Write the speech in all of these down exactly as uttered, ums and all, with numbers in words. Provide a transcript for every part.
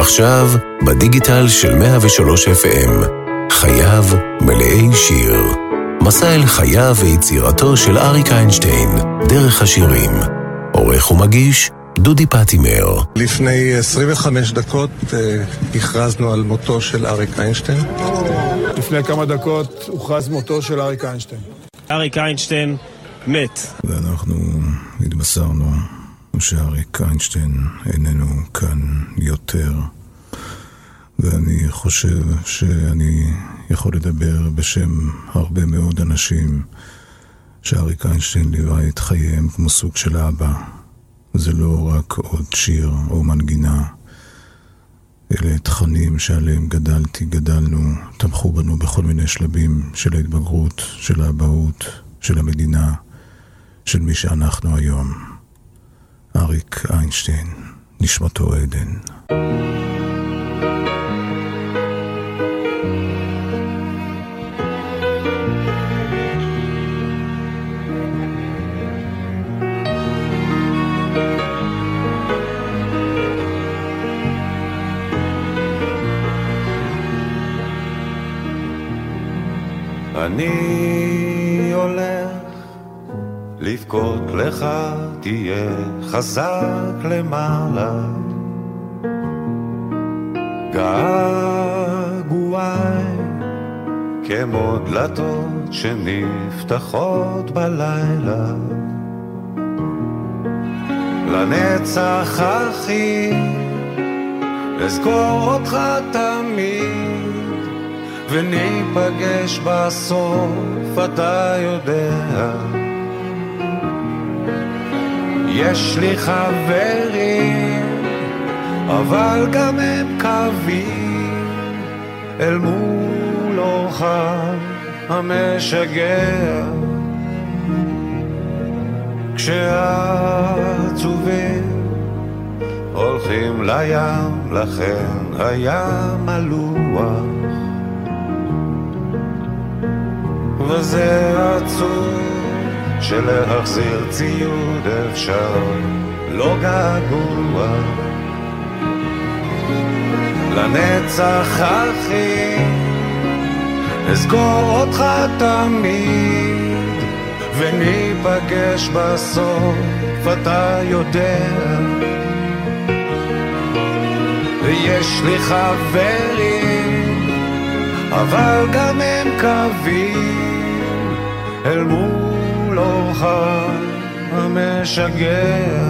עכשיו, בדיגיטל של מאה ושלוש אף אם, חייו מלאי שיר. מסע אל חייו ויצירתו של אריק איינשטיין, דרך השירים. עורך ומגיש, דודי פטימר. לפני עשרים וחמש דקות הכרזנו על מותו של אריק איינשטיין. לפני כמה דקות הוכרז מותו של אריק איינשטיין. אריק איינשטיין מת. ואנחנו התבשרנו שאריק איינשטיין איננו כאן יותר. ואני חושב שאני יכול לדבר בשם הרבה מאוד אנשים שאריק איינשטיין ליווה את חייהם כמו סוג של אבא. זה לא רק עוד שיר או מנגינה, אלה תכנים שעליהם גדלתי, גדלנו, תמכו בנו בכל מיני שלבים של ההתבגרות, של האבהות, של המדינה, של מי שאנחנו היום. אריק איינשטיין, נשמתו עדן. אני הולך לבכות לך, תהיה חזק למעלה. געגועי כמו דלתות שנפתחות בלילה. לנצח אחי אזכור אותך תמיד, וניפגש בסוף, אתה יודע. יש לי חברים, אבל גם הם קווים אל מול אורך המשגע. כשעצובים הולכים לים, לכן הים מלוח, וזה עצוב שלהחזיר ציוד אפשר, לא געגוע. לנצח אחי אזכור אותך תמיד, וניפגש בסוף, אתה יודע. ויש לי חברים, אבל גם הם קווים אל מול אורך המשגע.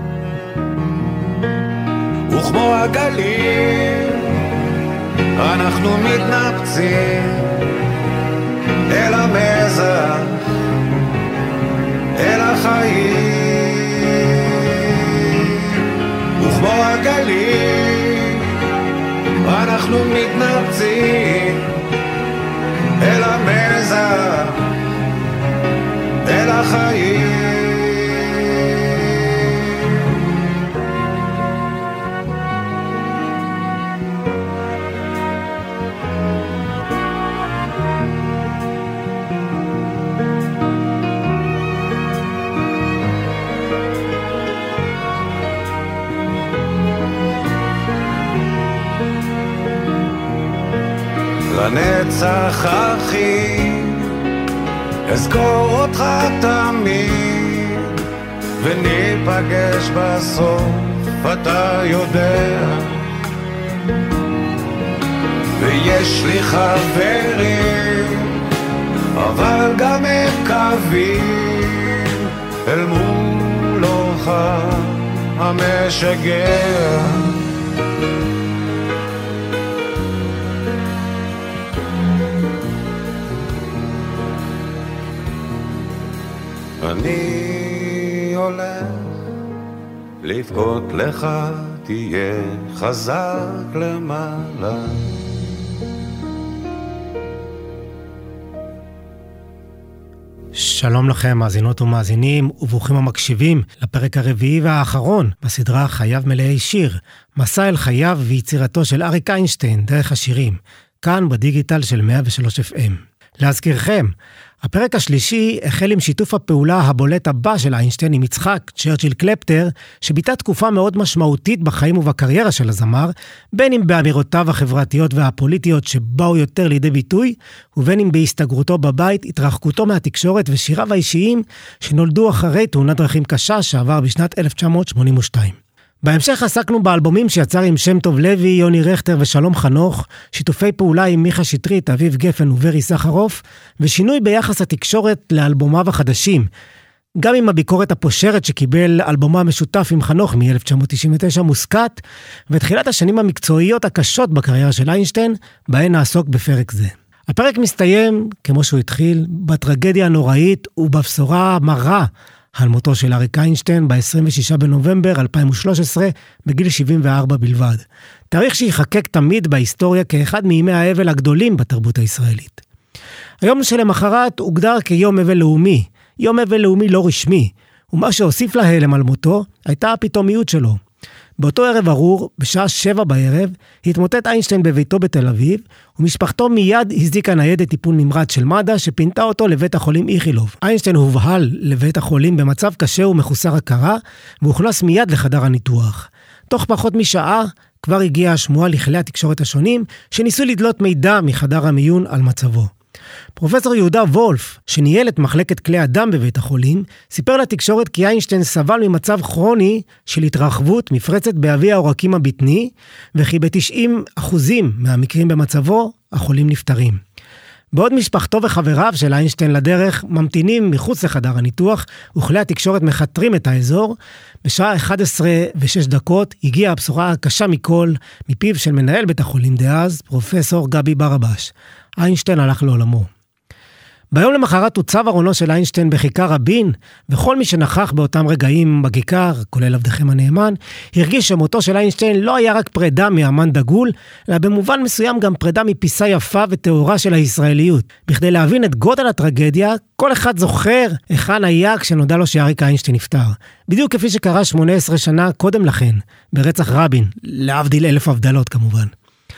וכמו הגלים אנחנו מתנפצים אל המזח, אל החיים. וכמו הגלים אנחנו מתנפצים אל המזח, אל החיים. לנצח אחי אזכור אותך תמיד, וניפגש בסוף, אתה יודע. ויש לי חברים, אבל גם הם קווים אל מול אורך המשגע. אני הולך לבכות לך, תהיה חזק למעלה. שלום לכם מאזינות ומאזינים, וברוכים המקשיבים לפרק הרביעי והאחרון בסדרה חייו מלאי שיר, מסע אל חייו ויצירתו של אריק איינשטיין, דרך השירים, כאן בדיגיטל של מאה ושלוש אף אם. להזכירכם, הפרק השלישי החל עם שיתוף הפעולה הבולט הבא של איינשטיין עם יצחק צ'רצ'יל קלפטר, שביטא תקופה מאוד משמעותית בחיים ובקריירה של הזמר, בין אם באמירותיו החברתיות והפוליטיות שבאו יותר לידי ביטוי, ובין אם בהסתגרותו בבית, התרחקותו מהתקשורת ושיריו האישיים שנולדו אחרי תאונת דרכים קשה שעבר בשנת אלף תשע מאות שמונים ושתיים. בהמשך עסקנו באלבומים שיצר עם שם טוב לוי, יוני רכטר ושלום חנוך, שיתופי פעולה עם מיכה שטרית, אביב גפן וברי סחרוף, ושינוי ביחס התקשורת לאלבומיו החדשים. גם עם הביקורת הפושרת שקיבל אלבומה משותף עם חנוך מ-אלף תשע מאות תשעים ותשע מוסקת, ותחילת השנים המקצועיות הקשות בקריירה של איינשטיין, בהן נעסוק בפרק זה. הפרק מסתיים, כמו שהוא התחיל, בטרגדיה הנוראית ובבשורה המרה, על מותו של אריק איינשטיין ב-עשרים ושישה בנובמבר אלפיים ושלוש עשרה בגיל שבעים וארבע בלבד. תאריך שיחקק תמיד בהיסטוריה כאחד מימי האבל הגדולים בתרבות הישראלית. היום שלמחרת הוגדר כיום אבל לאומי, יום אבל לאומי לא רשמי, ומה שהוסיף להלם על מותו הייתה הפתאומיות שלו. באותו ערב ארור, בשעה שבע בערב, התמוטט איינשטיין בביתו בתל אביב, ומשפחתו מיד הזדיקה ניידת טיפול נמרץ של מד"א שפינתה אותו לבית החולים איכילוב. איינשטיין הובהל לבית החולים במצב קשה ומחוסר הכרה, והוכנס מיד לחדר הניתוח. תוך פחות משעה כבר הגיעה השמועה לכלי התקשורת השונים, שניסו לדלות מידע מחדר המיון על מצבו. פרופסור יהודה וולף, שניהל את מחלקת כלי הדם בבית החולים, סיפר לתקשורת כי איינשטיין סבל ממצב כרוני של התרחבות מפרצת באבי העורקים הבטני, וכי ב-תשעים אחוזים מהמקרים במצבו, החולים נפטרים. בעוד משפחתו וחבריו של איינשטיין לדרך ממתינים מחוץ לחדר הניתוח, וכלי התקשורת מחתרים את האזור, בשעה אחת עשרה ושש דקות הגיעה הבשורה הקשה מכל, מפיו של מנהל בית החולים דאז, פרופסור גבי ברבש. איינשטיין הלך לעולמו. ביום למחרת הוצב ארונו של איינשטיין בכיכר רבין, וכל מי שנכח באותם רגעים בכיכר, כולל עבדכם הנאמן, הרגיש שמותו של איינשטיין לא היה רק פרידה מאמן דגול, אלא במובן מסוים גם פרידה מפיסה יפה ותאורה של הישראליות. בכדי להבין את גודל הטרגדיה, כל אחד זוכר היכן היה כשנודע לו שאריק איינשטיין נפטר. בדיוק כפי שקרה שמונה עשרה שנה קודם לכן, ברצח רבין, להבדיל אלף הבדלות כמובן.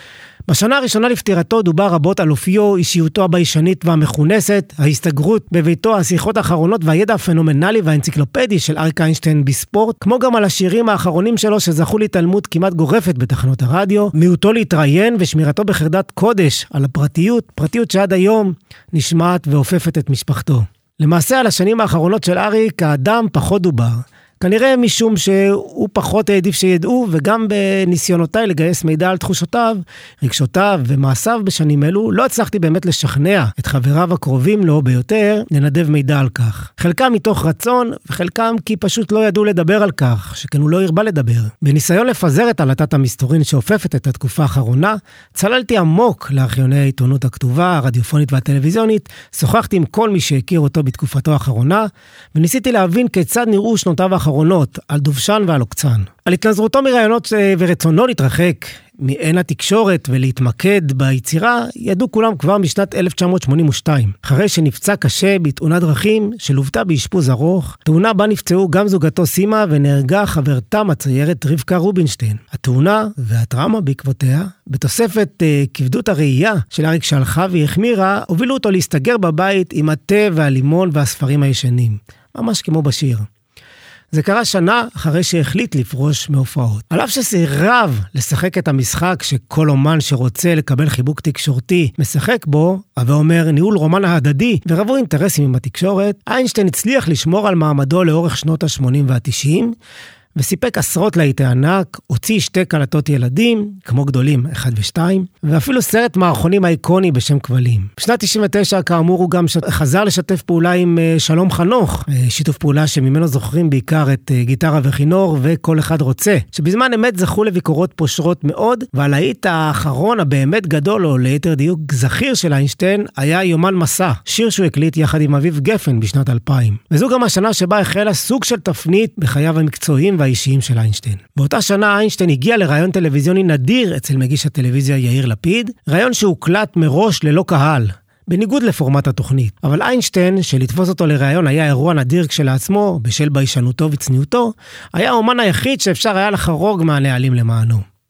בשנה הראשונה לפטירתו דובר רבות על אופיו, אישיותו הביישנית והמכונסת, ההסתגרות בביתו, השיחות האחרונות והידע הפנומנלי והאנציקלופדי של אריק איינשטיין בספורט, כמו גם על השירים האחרונים שלו שזכו להתעלמות כמעט גורפת בתחנות הרדיו, מיעוטו להתראיין ושמירתו בחרדת קודש על הפרטיות, פרטיות שעד היום נשמעת ואופפת את משפחתו. למעשה על השנים האחרונות של אריק האדם פחות דובר. כנראה משום שהוא פחות העדיף שידעו, וגם בניסיונותיי לגייס מידע על תחושותיו, רגשותיו ומעשיו בשנים אלו, לא הצלחתי באמת לשכנע את חבריו הקרובים לו ביותר לנדב מידע על כך. חלקם מתוך רצון, וחלקם כי פשוט לא ידעו לדבר על כך, שכן הוא לא הרבה לדבר. בניסיון לפזר את עלטת המסתורין שאופפת את התקופה האחרונה, צללתי עמוק לארכיוני העיתונות הכתובה, הרדיופונית והטלוויזיונית, שוחחתי עם כל מי שהכיר אותו בתקופתו האחרונה, וניסיתי להבין כיצד נראו שנותיו האחרונות על דובשן ועל עוקצן. על התנזרותו מרעיונות ורצונו להתרחק מעין התקשורת ולהתמקד ביצירה, ידעו כולם כבר משנת אלף תשע מאות שמונים ושתיים, אחרי שנפצע קשה בתאונת דרכים שלוותה באשפוז ארוך, תאונה בה נפצעו גם זוגתו סימה ונהרגה חברתם הציירת רבקה רובינשטיין. התאונה והטראומה בעקבותיה, בתוספת uh, כבדות הראייה של אריק שהלכה והחמירה, הובילו אותו להסתגר בבית עם התה והלימון והספרים הישנים, ממש כמו בשיר. זה קרה שנה אחרי שהחליט לפרוש מהופעות. על אף שסירב לשחק את המשחק שכל אומן שרוצה לקבל חיבוק תקשורתי משחק בו, ואומר ניהול רומן ההדדי ורבו אינטרסים עם התקשורת, איינשטיין הצליח לשמור על מעמדו לאורך שנות ה-שמונים וה-תשעים, וסיפק עשרות להיטי ענק, הוציא שתי קלטות ילדים, כמו גדולים, אחד ושתיים, ואפילו סרט מערכונים האיקוני בשם כבלים. בשנת תשעים ותשע, כאמור, הוא גם חזר לשתף פעולה עם שלום חנוך, שיתוף פעולה שממנו זוכרים בעיקר את גיטרה וכינור וכל אחד רוצה, שבזמן אמת זכו לביקורות פושרות מאוד, והלהיט האחרון הבאמת גדול, או ליתר דיוק זכיר של איינשטיין, היה יומן מסע, שיר שהוא הקליט יחד עם אביב גפן בשנת אלפיים. וזו גם השנה שבה החלה סוג של תפנית בחייו המקצועיים והאישיים של איינשטיין. באותה שנה איינשטיין הגיע לרעיון טלוויזיוני נדיר אצל מגיש הטלוויזיה יאיר לפיד, רעיון שהוקלט מראש ללא קהל, בניגוד לפורמט התוכנית. אבל איינשטיין, שלתפוס אותו לרעיון היה אירוע נדיר כשלעצמו, בשל ביישנותו וצניעותו, היה האומן היחיד שאפשר היה לחרוג מהנהלים למענו.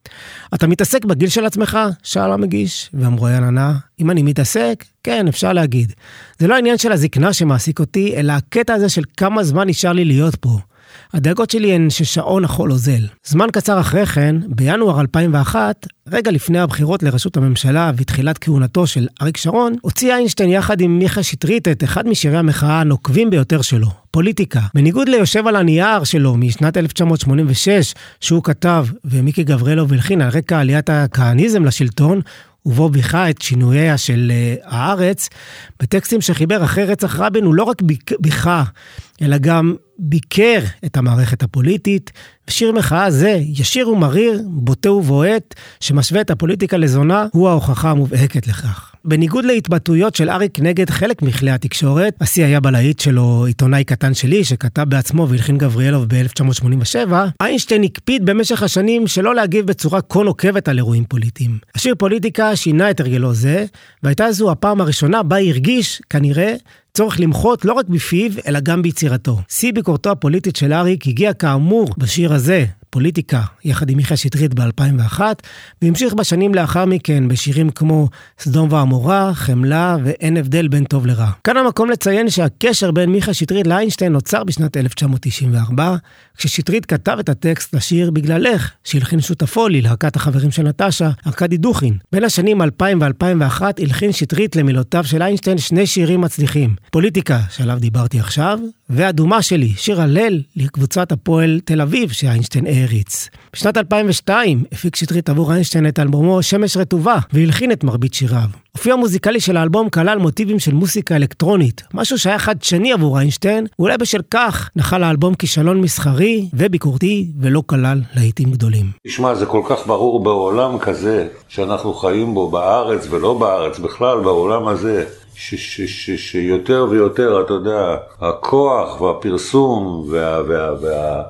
אתה מתעסק בגיל של עצמך? שאל המגיש, והמרואיין ענה, אם אני מתעסק, כן, אפשר להגיד. זה לא העניין של הזקנה שמעסיק אותי, אלא הקטע הזה של כמה זמן נשאר לי להיות פה. הדאגות שלי הן ששעון החול אוזל. זמן קצר אחרי כן, בינואר אלפיים ואחת, רגע לפני הבחירות לראשות הממשלה ותחילת כהונתו של אריק שרון, הוציא איינשטיין יחד עם מיכה שטרית את אחד משירי המחאה הנוקבים ביותר שלו, פוליטיקה. בניגוד ליושב על הנייר שלו משנת אלף תשע מאות שמונים ושש, שהוא כתב ומיקי גבריאלוב הלחין על רקע עליית הכהניזם לשלטון, ובו ביכה את שינוייה של uh, הארץ, בטקסטים שחיבר אחרי רצח רבין הוא לא רק ביכה, אלא גם ביקר את המערכת הפוליטית, ושיר מחאה זה, ישיר ומריר, בוטה ובועט, שמשווה את הפוליטיקה לזונה, הוא ההוכחה המובהקת לכך. בניגוד להתבטאויות של אריק נגד חלק מכלי התקשורת, השיא היה בלהיט שלו עיתונאי קטן שלי, שכתב בעצמו והלחין גבריאלוב ב-אלף תשע מאות שמונים ושבע, איינשטיין הקפיד במשך השנים שלא להגיב בצורה כה נוקבת על אירועים פוליטיים. השיר פוליטיקה שינה את הרגלו זה, והייתה זו הפעם הראשונה בה הרגיש, כנראה, צורך למחות לא רק בפיו, אלא גם ביצירתו. שיא ביקורתו הפוליטית של אריק הגיע כאמור בשיר הזה, פוליטיקה, יחד עם מיכה שטרית ב-אלפיים ואחת, והמשיך בשנים לאחר מכן בשירים כמו סדום ועמורה, חמלה ואין הבדל בין טוב לרע. כאן המקום לציין שהקשר בין מיכה שטרית לאיינשטיין נוצר בשנת אלף תשע מאות תשעים וארבע, כששטרית כתב את הטקסט לשיר בגללך, שהלחין שותפו ללהקת החברים של נטשה, ארקדי דוכין. בין השנים אלפיים ו-אלפיים ואחת הלחין שטרית למילותיו של איינשטיין שני שירים מצליחים, פוליטיקה, שעליו דיברתי עכשיו, והדומה שלי, שיר הלל לקבוצת הפועל תל אביב שאיינשטיין העריץ. בשנת אלפיים ושתיים הפיק שטרית עבור איינשטיין את אלבומו שמש רטובה, והלחין את מרבית שיריו. אופיו המוזיקלי של האלבום כלל מוטיבים של מוסיקה אלקטרונית, משהו שהיה חדשני עבור איינשטיין, ואולי בשל כך נחל האלבום כישלון מסחרי וביקורתי ולא כלל להיטים גדולים. תשמע, זה כל כך ברור בעולם כזה שאנחנו חיים בו בארץ ולא בארץ, בכלל בעולם הזה, ש- ש- ש- שיותר ויותר, אתה יודע, הכוח והפרסום וה... וה, וה,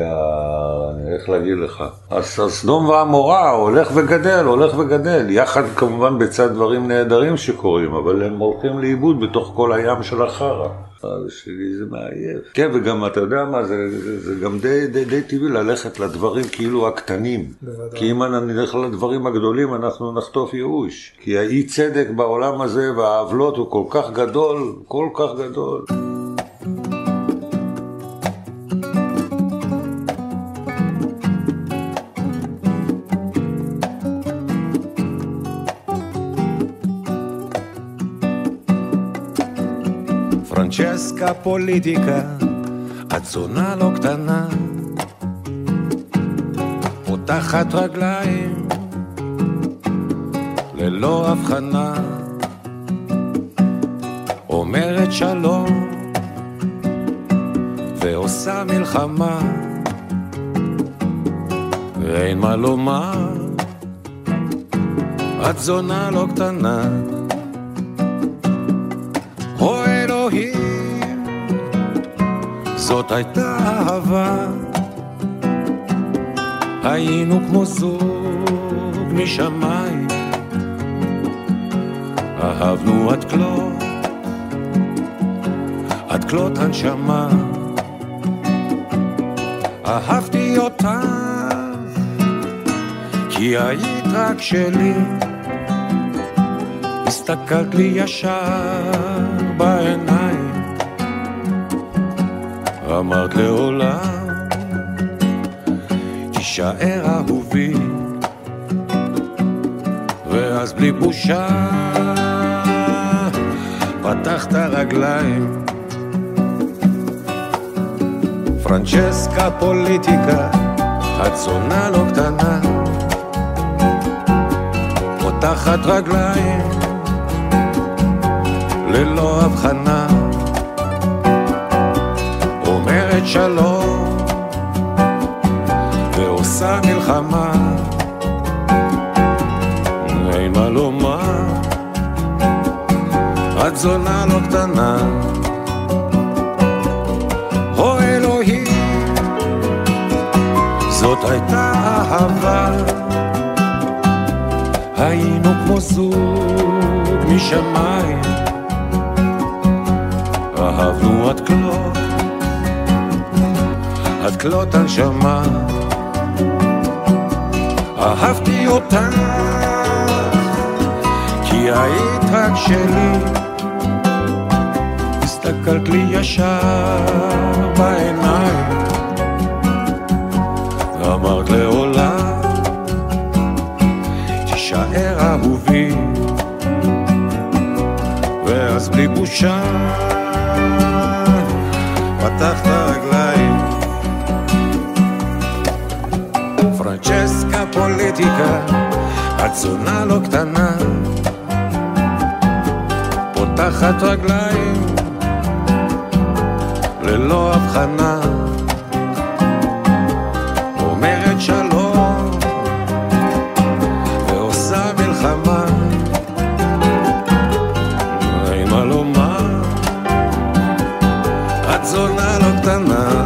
וה איך להגיד לך, אז סדום ועמורה הולך וגדל, הולך וגדל, יחד כמובן בצד דברים נהדרים שקורים, אבל הם הולכים לאיבוד בתוך כל הים של החרה. שלי זה מעייף. כן, וגם אתה יודע מה, זה, זה, זה גם די, די, די טבעי ללכת לדברים כאילו הקטנים. בוודא. כי אם נלך לדברים הגדולים, אנחנו נחטוף ייאוש. כי האי צדק בעולם הזה והעוולות הוא כל כך גדול, כל כך גדול. פרנצ'סקה פוליטיקה, הצונה לא קטנה, פותחת רגליים ללא הבחנה, אומרת שלום ועושה מלחמה, ואין מה לומר, את זונה לא קטנה. או אלוהים, זאת הייתה אהבה, היינו כמו זוג משמיים, אהבנו עד כלות, עד כלות הנשמה, אהבתי אותך כי היית רק שלי, הסתכלת לי ישר בעיניים, אמרת לעולם תישאר אהובי, ואז בלי בושה פתחת רגליים. פרנצ'סקה פוליטיקה, הצונה לא קטנה, פותחת רגליים ללא הבחנה, אומרת שלום ועושה מלחמה, אין מה לומר, את זונה לא קטנה. או אלוהים, זאת הייתה אהבה, היינו כמו זוג משמיים, אהבנו עד כלות, עד כלות הנשמה, אהבתי אותך, כי היית רק שלי. הסתכלת לי ישר בעיניים, ואמרת לעולם, תישאר אהובי. ואז בלי בושה פתחת רגליים. פרנצ'סקה פוליטיקה, את זונה לא קטנה, פותחת רגליים ללא הבחנה, אומרת שלום ועושה מלחמה. אין מה לומר, את זונה לא קטנה.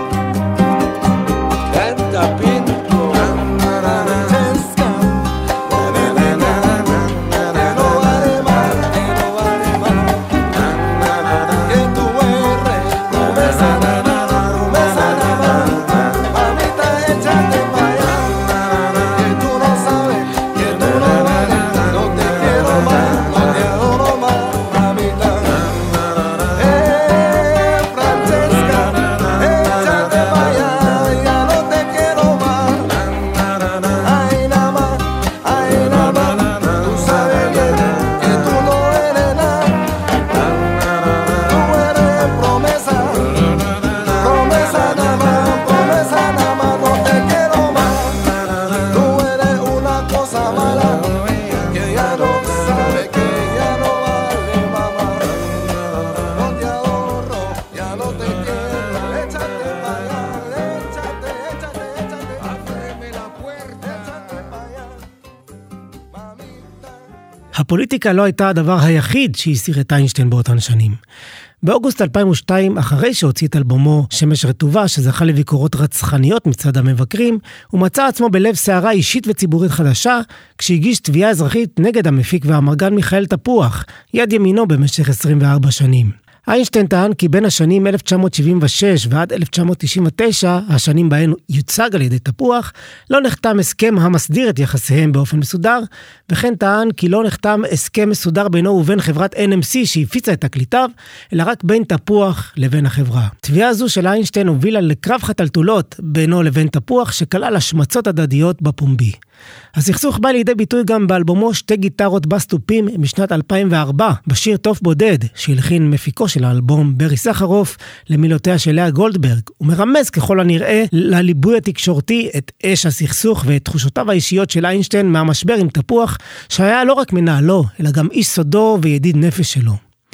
הפוליטיקה לא הייתה הדבר היחיד שהסיר את איינשטיין באותן שנים. באוגוסט אלפיים ושתיים, אחרי שהוציא את אלבומו שמש רטובה, שזכה לביקורות רצחניות מצד המבקרים, הוא מצא עצמו בלב סערה אישית וציבורית חדשה, כשהגיש תביעה אזרחית נגד המפיק והאמרגן מיכאל תפוח, יד ימינו במשך עשרים וארבע שנים. איינשטיין טען כי בין השנים אלף תשע מאות שבעים ושש ועד אלף תשע מאות תשעים ותשע, השנים בהן יוצג על ידי תפוח, לא נחתם הסכם המסדיר את יחסיהם באופן מסודר, וכן טען כי לא נחתם הסכם מסודר בינו ובין חברת אן אם סי שהפיצה את תקליטיו, אלא רק בין תפוח לבין החברה. תביעה זו של איינשטיין הובילה לקרב חתלתולות בינו לבין תפוח, שכלל השמצות הדדיות בפומבי. הסכסוך בא לידי ביטוי גם באלבומו שתי גיטרות בסטופים משנת אלפיים וארבע, בשיר טוב בודד, שהלחין מפיקו של האלבום ברי סחרוף למילותיה של לאה גולדברג. הוא מרמז ככל הנראה לליבוי התקשורתי את אש הסכסוך ואת תחושותיו האישיות של איינשטיין מהמשבר עם תפוח, שהיה לא רק מנהלו, אלא גם איש סודו וידיד נפש שלו.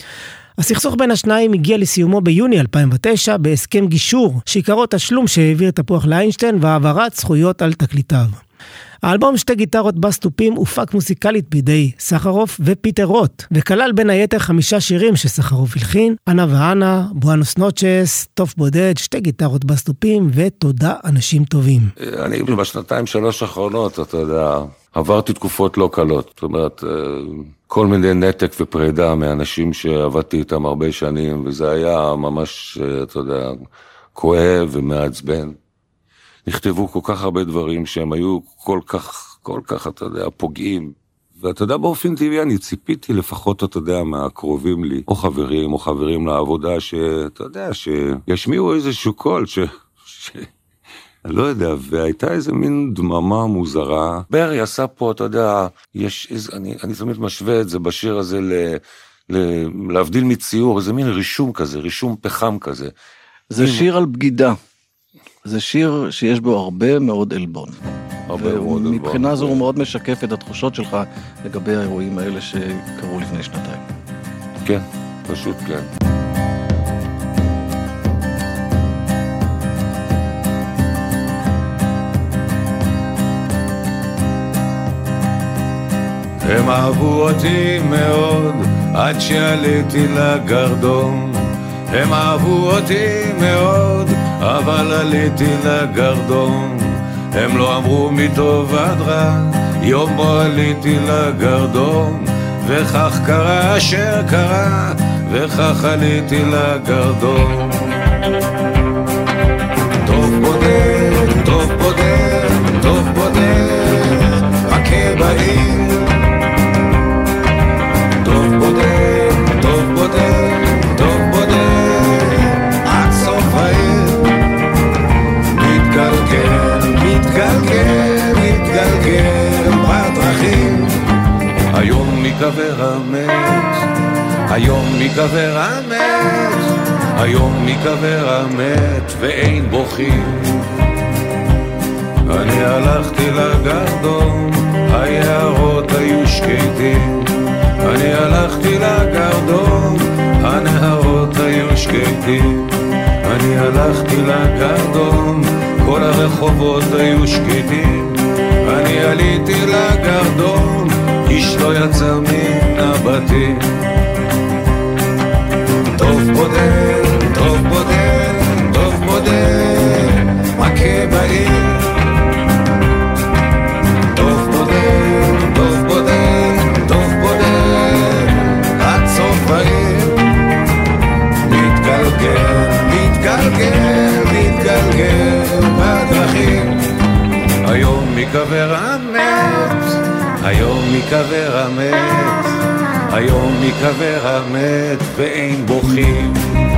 הסכסוך בין השניים הגיע לסיומו ביוני אלפיים ותשע בהסכם גישור, שעיקרו תשלום שהעביר תפוח לאיינשטיין והעברת זכויות על תקליטיו. האלבום שתי גיטרות בסטופים הופק מוסיקלית בידי סחרוף ופיטר רוט, וכלל בין היתר חמישה שירים שסחרוף הלחין, אנה ואנה, בואנוס נוצ'ס, טוב בודד, שתי גיטרות בסטופים ותודה אנשים טובים. אני בשנתיים שלוש האחרונות, אתה יודע, עברתי תקופות לא קלות, זאת אומרת, כל מיני נתק ופרידה מאנשים שעבדתי איתם הרבה שנים, וזה היה ממש, אתה יודע, כואב ומעצבן. נכתבו כל כך הרבה דברים שהם היו כל כך, כל כך, אתה יודע, פוגעים. ואתה יודע, באופן טבעי אני ציפיתי לפחות, אתה יודע, מהקרובים לי, או חברים, או חברים לעבודה, שאתה יודע, שישמיעו איזשהו קול, ש... ש... אני לא יודע, והייתה איזה מין דממה מוזרה. ברי עשה פה, אתה יודע, יש איזה, אני, אני תמיד משווה את זה בשיר הזה ל... ל... להבדיל מציור, איזה מין רישום כזה, רישום פחם כזה. זה שיר על בגידה. זה שיר שיש בו הרבה מאוד אלבון. ומבחינה זו הוא מאוד משקף את התחושות שלך לגבי האירועים האלה שקרו לפני שנתיים. כן, פשוט כן. הם אהבו אותי מאוד עד שעליתי לגרדום. הם אהבו אותי מאוד אבל עליתי לגרדום. הם לא אמרו מטוב עד רע, יום בו עליתי לגרדום, וכך קרה אשר קרה, וכך עליתי לגרדום. טוב בודד, טוב בודד, טוב בודד, מקבר המת, היום מקבר המת, היום מקבר המת ואין בוכים. אני הלכתי לגרדום, היערות היו שקטים. אני הלכתי לגרדום, הנהרות היו שקטים. אני הלכתי לגרדום, כל הרחובות היו שקטים. אני עליתי לגרדום, איש לא יצא מן הבתים. טוב בודד, טוב בודד, טוב בודד, מכה בעיר. טוב בודד, טוב בודד, טוב בודד, עד סוף העיר. מתגלגל, מתגלגל, מתגלגל בדרכים. היום מקבר המת, היום מקבר המת, היום מקבר המת ואין בוכים.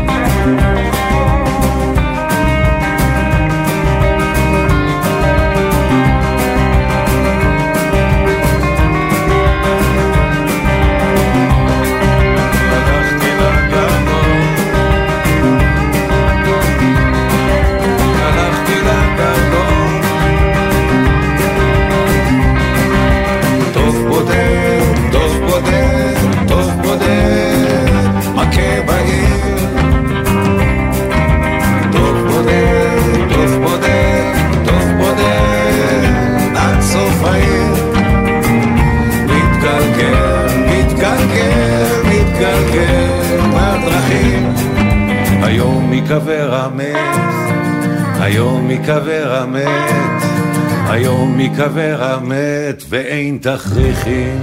היום מקבר המת, היום מקבר המת, היום מקבר המת ואין תכריכים.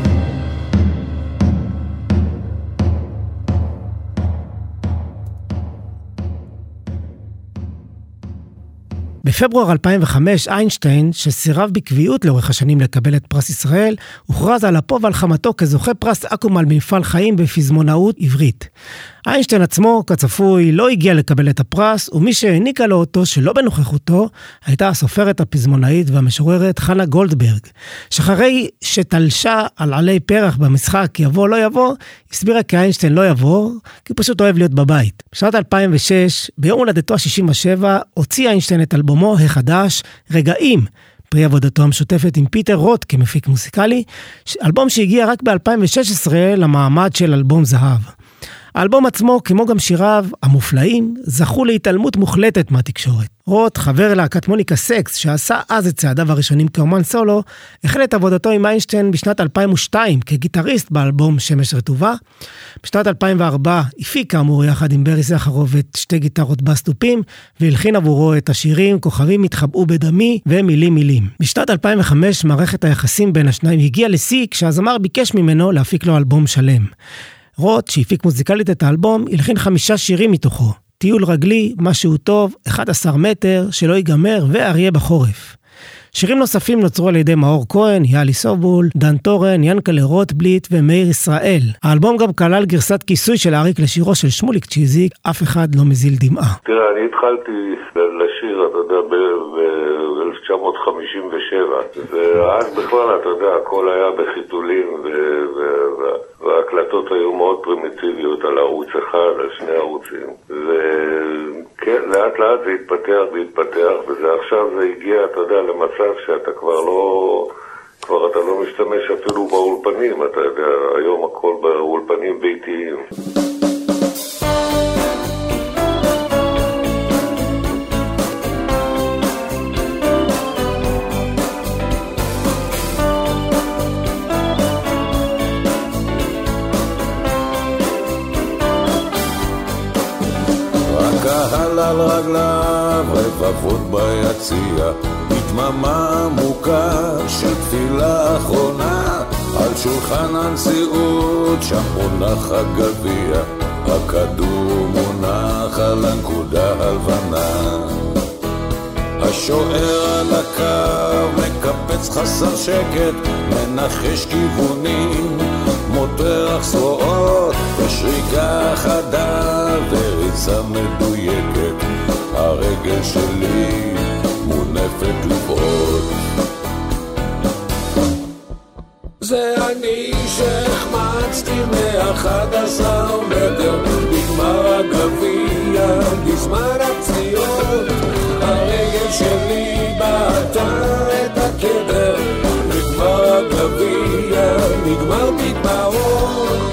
בפברואר אלפיים וחמש, איינשטיין, שסירב בקביעות לאורך השנים לקבל את פרס ישראל, הוכרז על אפו ועל חמתו כזוכה פרס אקו"ם על מפעל חיים בפזמונאות עברית. איינשטיין עצמו, כצפוי, לא הגיע לקבל את הפרס, ומי שהעניקה לו אותו שלא בנוכחותו, הייתה הסופרת הפזמונאית והמשוררת חנה גולדברג, שאחרי שתלשה על עלי פרח במשחק יבוא לא יבוא, הסבירה כי איינשטיין לא יבוא, כי הוא פשוט אוהב להיות בבית. בשנת אלפיים ושש, ביום הולדתו ה-שישים ושבע, הוציא איינשטיין את אלבומו החדש, רגעים, פרי עבודתו המשותפת עם פיטר רוט כמפיק מוסיקלי, אלבום שהגיע רק ב-אלפיים ושש עשרה למעמד של אלבום זהב. האלבום עצמו, כמו גם שיריו המופלאים, זכו להתעלמות מוחלטת מהתקשורת. רוט, חבר להקת מוניקה סקס, שעשה אז את צעדיו הראשונים כאומן סולו, החל את עבודתו עם איינשטיין בשנת אלפיים ושתיים כגיטריסט באלבום שמש רטובה. בשנת אלפיים וארבע הפיק כאמור יחד עם ברי סחרוף את שתי גיטרות בסטופים, והלחין עבורו את השירים כוכבים התחבאו בדמי ומילים מילים. בשנת אלפיים וחמש מערכת היחסים בין השניים הגיעה לשיא כשהזמר ביקש ממנו להפיק לו אלבום שלם. רוט, שהפיק מוזיקלית את האלבום, הלחין חמישה שירים מתוכו. טיול רגלי, משהו טוב, אחד עשר מטר, שלא ייגמר, ואריה בחורף. שירים נוספים נוצרו על ידי מאור כהן, יאלי סובול, דן טורן, ינקלה רוטבליט ומאיר ישראל. האלבום גם כלל גרסת כיסוי של אריק לשירו של שמוליק צ'יזיק, אף אחד לא מזיל דמעה. תראה, אני התחלתי לשיר, אתה יודע, ב-אלף תשע מאות חמישים ושבע, ואז בכלל, אתה יודע, הכל היה בחיתולים, וההקלטות היו מאוד פרימיטיביות על ערוץ אחד, על שני ערוצים, וכן, לאט לאט זה התפתח והתפתח, וזה עכשיו זה הגיע, אתה יודע, למצב שאתה כבר לא, כבר אתה לא משתמש אפילו באולפנים, אתה יודע, היום הכל באולפנים ביתיים. הקהל על רגליו, רבבות ביציע, התממה עמוקה של תפילה אחרונה, על שולחן הנשיאות שם מונח הגביע, הכדור מונח על הנקודה הלבנה. השוער על הקו מקפץ חסר שקט, מנחש כיוונים, מותח זרועות, ושריקה חדה וריצה מדויקת, הרגל שלי מונפת לבעוד. זה אני שהחמד החמצתי מאחד עשר מטר בגמר הגביע בזמן הפציעות הרגל שלי בעטה את הקדר בגמר הגביע נגמר בדמעות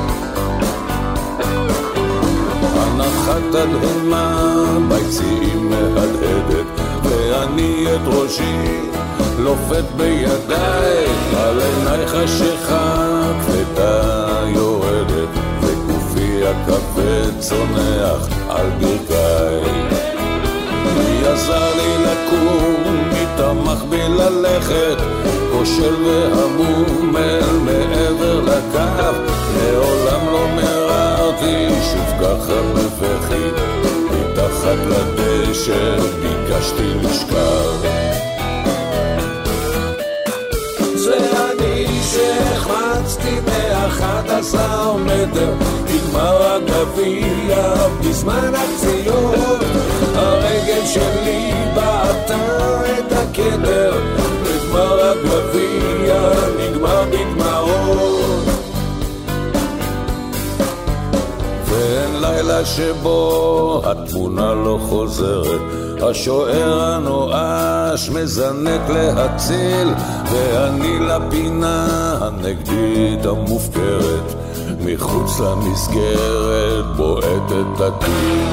הנחת הדהמה ביציעים מהדהדת ואני את ראשי לופת בידיי על עיניי חשיכה כבדה יורדת וגופי הכבד צונח על ברכיי מי עזר לי לקום מי תמך בי ללכת כושל והמום אל מעבר לקו לעולם לא מררתי שוב ככה בבכי מתחת לדשא ביקשתי לשכב ואני שהחמצתי באחד עשר מטר בגמר הגביע בזמן הפציעות הרגל שלי בעטה את הקדר בגמר הגביע נגמר בדמעות ואין לילה שבו התמונה לא חוזרת השוער הנואש מזנק להציל ואני לפינה הנגדית המופקרת מחוץ למסגרת בועטת הטיל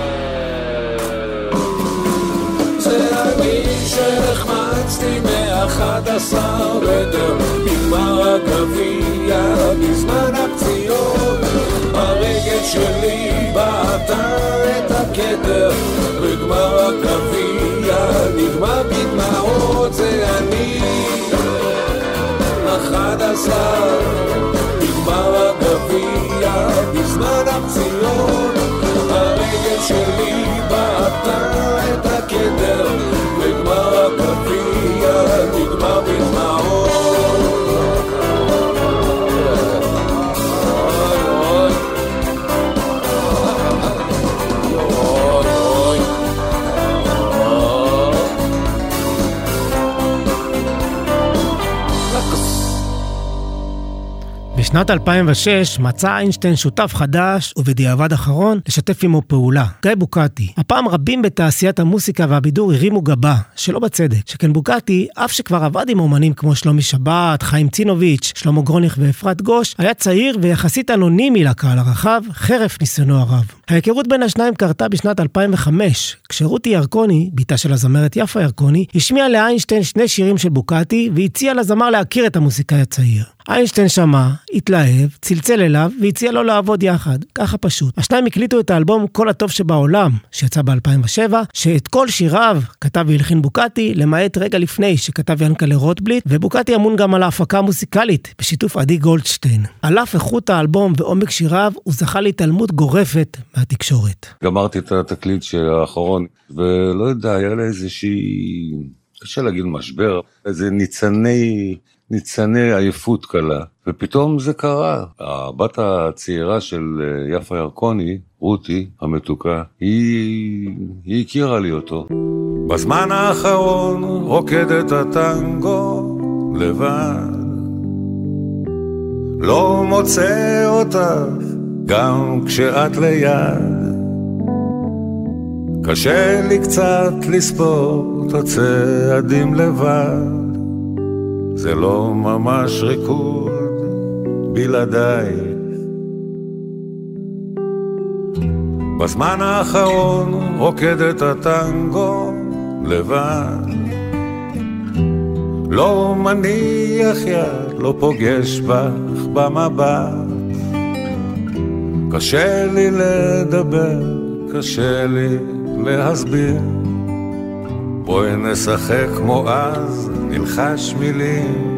זה אני שהחמצתי מאחד עשר מטר בגמר הגביע בזמן הפציעות הרגל שלי בעטה את הקטר בגמר הגביע נגמר בדמעות זה אני אחד עשר בגמר הגביע בזמן הפציעות הרגל שלי בעטה את הקטר בגמר הגביע נגמר בדמעות בשנת אלפיים ושש מצא איינשטיין שותף חדש ובדיעבד אחרון לשתף עמו פעולה, גיא בוקטי. הפעם רבים בתעשיית המוסיקה והבידור הרימו גבה, שלא בצדק. שכן בוקטי, אף שכבר עבד עם אומנים כמו שלומי שבת, חיים צינוביץ', שלמה גרוניך ואפרת גוש, היה צעיר ויחסית אנונימי לקהל הרחב, חרף ניסיונו הרב. ההיכרות בין השניים קרתה בשנת אלפיים וחמש, כשרותי ירקוני, ביתה של הזמרת יפה ירקוני, השמיעה לאיינשטיין שני שירים של בוקטי והציעה לזמר להכיר את המוסיקאי הצעיר. איינשטיין שמע, התלהב, צלצל אליו והציע לו לעבוד יחד, ככה פשוט. השניים הקליטו את האלבום כל הטוב שבעולם, שיצא ב-אלפיים ושבע, שאת כל שיריו כתב והלחין בוקטי, למעט רגע לפני שכתב ינקלה רוטבליט, ובוקטי אמון גם על ההפקה המוסיקלית, בשיתוף עדי גולדשטיין. על אף איכות האלבום ועומק שיריו, הוא זכה להתעלמות גורפת מהתקשורת. גמרתי את התקליט של האחרון, ולא יודע, היה לה איזושהי, קשה להגיד משבר, איזה ניצני... ניצני עייפות קלה, ופתאום זה קרה. הבת הצעירה של יפה ירקוני, רותי המתוקה, היא, היא הכירה לי אותו. בזמן האחרון רוקדת הטנגו לבד, לא מוצא אותך גם כשאת ליד, קשה לי קצת לספור את הצעדים לבד, זה לא ממש ריקוד בלעדיי. בזמן האחרון רוקדת הטנגו לבד, לא מניח יד, לא פוגש בך במבט, קשה לי לדבר, קשה לי להסביר, בואי נשחק כמו אז, נלחש מילים.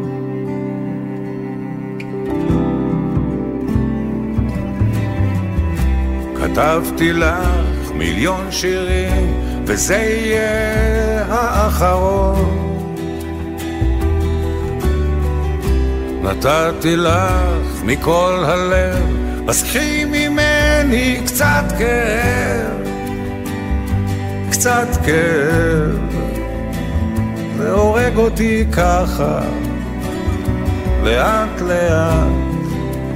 כתבתי לך מיליון שירים, וזה יהיה האחרון. נתתי לך מכל הלב, אז קחי ממני קצת כאב, קצת כאב, זה הורג אותי ככה, לאט לאט,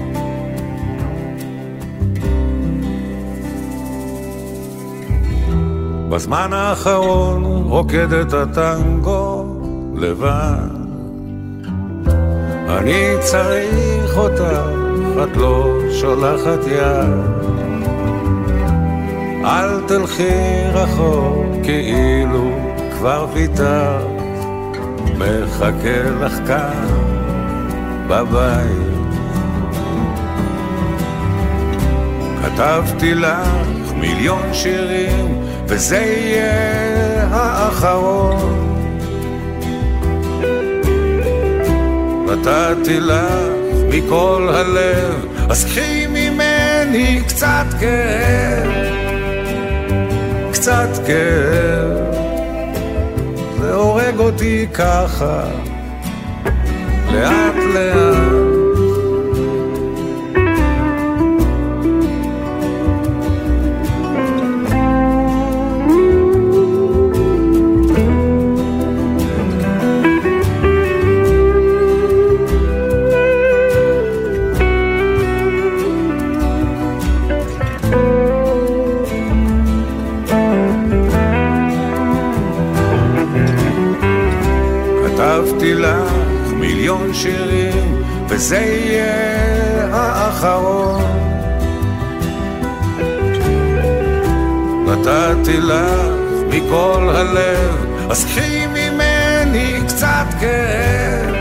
בזמן האחרון רוקד את הטנגו לבד. אני צריך אותך, את לא שולחת יד. אל תלכי רחוק כאילו כבר ויתרת, מחכה לך כאן בבית. כתבתי לך מיליון שירים וזה יהיה האחרון. נתתי לך מכל הלב, אז קחי ממני קצת כאב, קצת כאב. זה הורג אותי ככה, לאט לאט. כתבתי לך מיליון שירים וזה יהיה האחרון. נתתי לך מכל הלב, אז קחי ממני קצת כאב,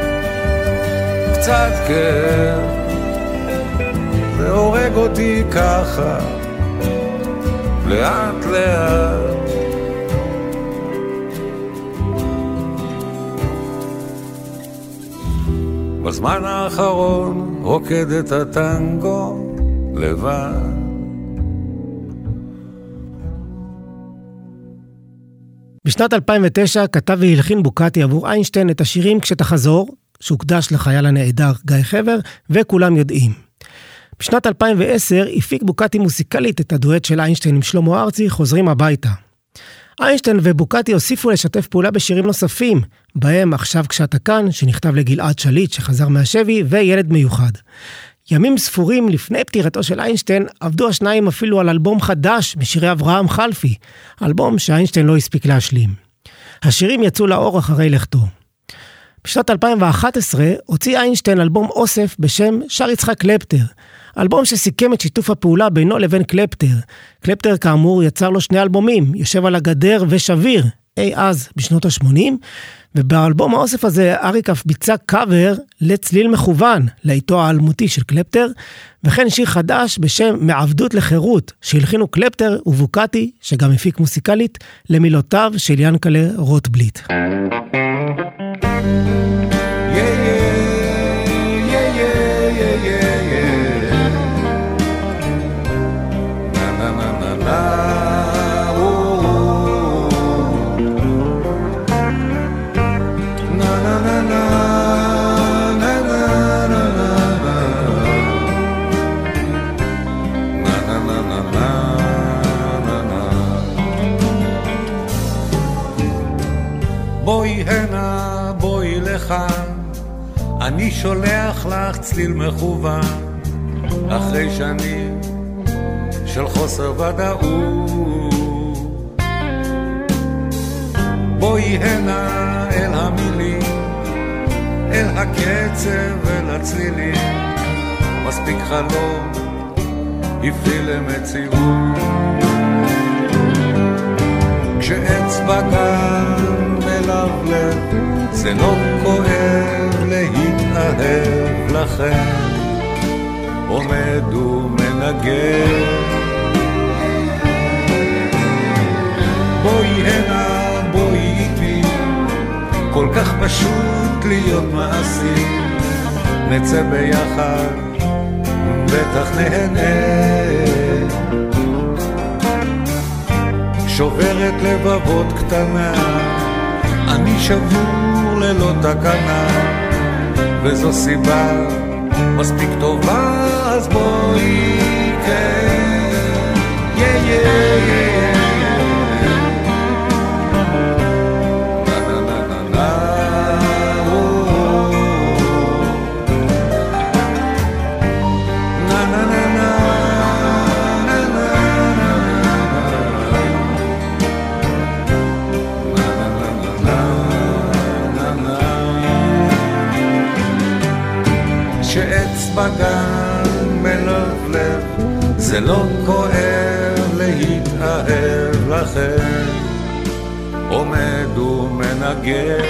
קצת כאב. זה הורג אותי ככה, לאט לאט. בזמן האחרון רוקד את הטנגו לבד. בשנת אלפיים ותשע כתב והלחין בוקטי עבור איינשטיין את השירים כשתחזור, שהוקדש לחייל הנעדר גיא חבר, וכולם יודעים. בשנת אלפיים ועשר הפיק בוקטי מוסיקלית את הדואט של איינשטיין עם שלמה ארצי, חוזרים הביתה. איינשטיין ובוקטי הוסיפו לשתף פעולה בשירים נוספים, בהם עכשיו כשאתה כאן, שנכתב לגלעד שליט שחזר מהשבי, וילד מיוחד. ימים ספורים לפני פטירתו של איינשטיין, עבדו השניים אפילו על אלבום חדש משירי אברהם חלפי, אלבום שאיינשטיין לא הספיק להשלים. השירים יצאו לאור אחרי לכתו. בשנת אלפיים ואחת עשרה הוציא איינשטיין אלבום אוסף בשם שר יצחק קלפטר, אלבום שסיכם את שיתוף הפעולה בינו לבין קלפטר. קלפטר כאמור יצר לו שני אלבומים, יושב על הגדר ושביר, אי אז בשנות ה-שמונים, ובאלבום האוסף הזה אריק אף ביצע קאבר לצליל מכוון, לעיתו האלמותי של קלפטר, וכן שיר חדש בשם מעבדות לחירות, שהלחינו קלפטר ובוקטי, שגם הפיק מוסיקלית, למילותיו של ינקלה רוטבליט. בואי הנה, בואי לכאן, אני שולח לך צליל מכוון, אחרי שנים של חוסר ודאות. בואי הנה אל המילים, אל הקצב, אל הצלילים, מספיק חלום, הפעיל למציאות. כשאצבע כאן מלבלב, זה לא כואב להתאהב לכם, עומד ומנגן. בואי הנה, בואי איתי, כל כך פשוט להיות מעשי, נצא ביחד, בטח נהנה. שוברת לבבות קטנה, אני שבור ללא תקנה, וזו סיבה מספיק טובה, אז בואי כן, יא יא יא ומנגן.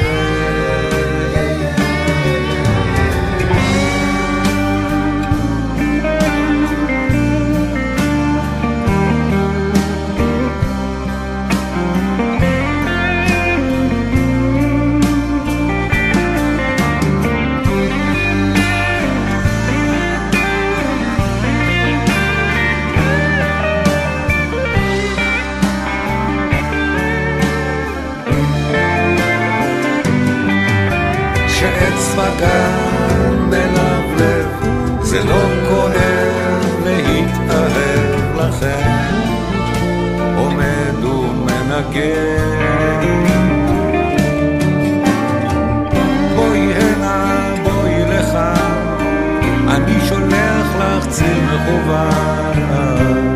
מגן מלבלב, זה לא כואב להתאהב לכם, עומד ומנגן. בואי הנה, בואי לך, אני שולח לך ציר מכוון.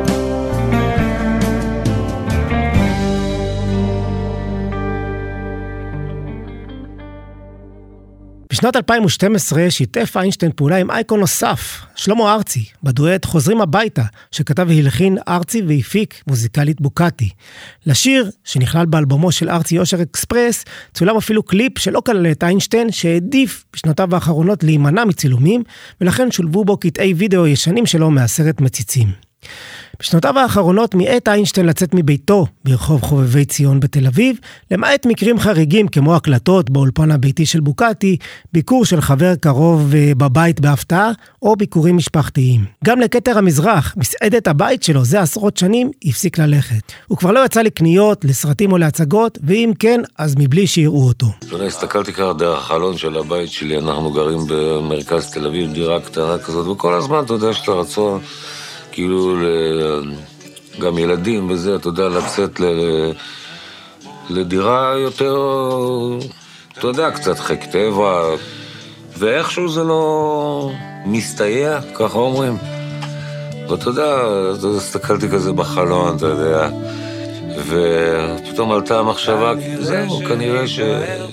בשנת אלפיים ושתים עשרה שיתף איינשטיין פעולה עם אייקון נוסף, שלמה ארצי, בדואט חוזרים הביתה, שכתב והלחין ארצי והפיק מוזיקלית בוקאטי. לשיר, שנכלל באלבומו של ארצי יושר אקספרס, צולם אפילו קליפ שלא כלל את איינשטיין, שהעדיף בשנותיו האחרונות להימנע מצילומים, ולכן שולבו בו קטעי וידאו ישנים שלו מהסרט מציצים. בשנותיו האחרונות מיעט איינשטיין לצאת מביתו ברחוב חובבי ציון בתל אביב, למעט מקרים חריגים כמו הקלטות באולפן הביתי של בוקאטי, ביקור של חבר קרוב בבית בהפתעה, או ביקורים משפחתיים. גם לכתר המזרח, מסעדת הבית שלו זה עשרות שנים, הפסיק ללכת. הוא כבר לא יצא לקניות, לסרטים או להצגות, ואם כן, אז מבלי שיראו אותו. אני הסתכלתי ככה דרך החלון של הבית שלי, אנחנו גרים במרכז תל אביב, דירה קטנה כזאת, וכל הזמן אתה יודע שאתה רצון כאילו גם ילדים וזה, אתה יודע, לצאת ל... לדירה יותר, אתה יודע, קצת חיק טבע, ואיכשהו זה לא מסתייע, ככה אומרים. ואתה יודע, הסתכלתי כזה בחלון, אתה יודע, ופתאום עלתה המחשבה, זהו, כנראה ש...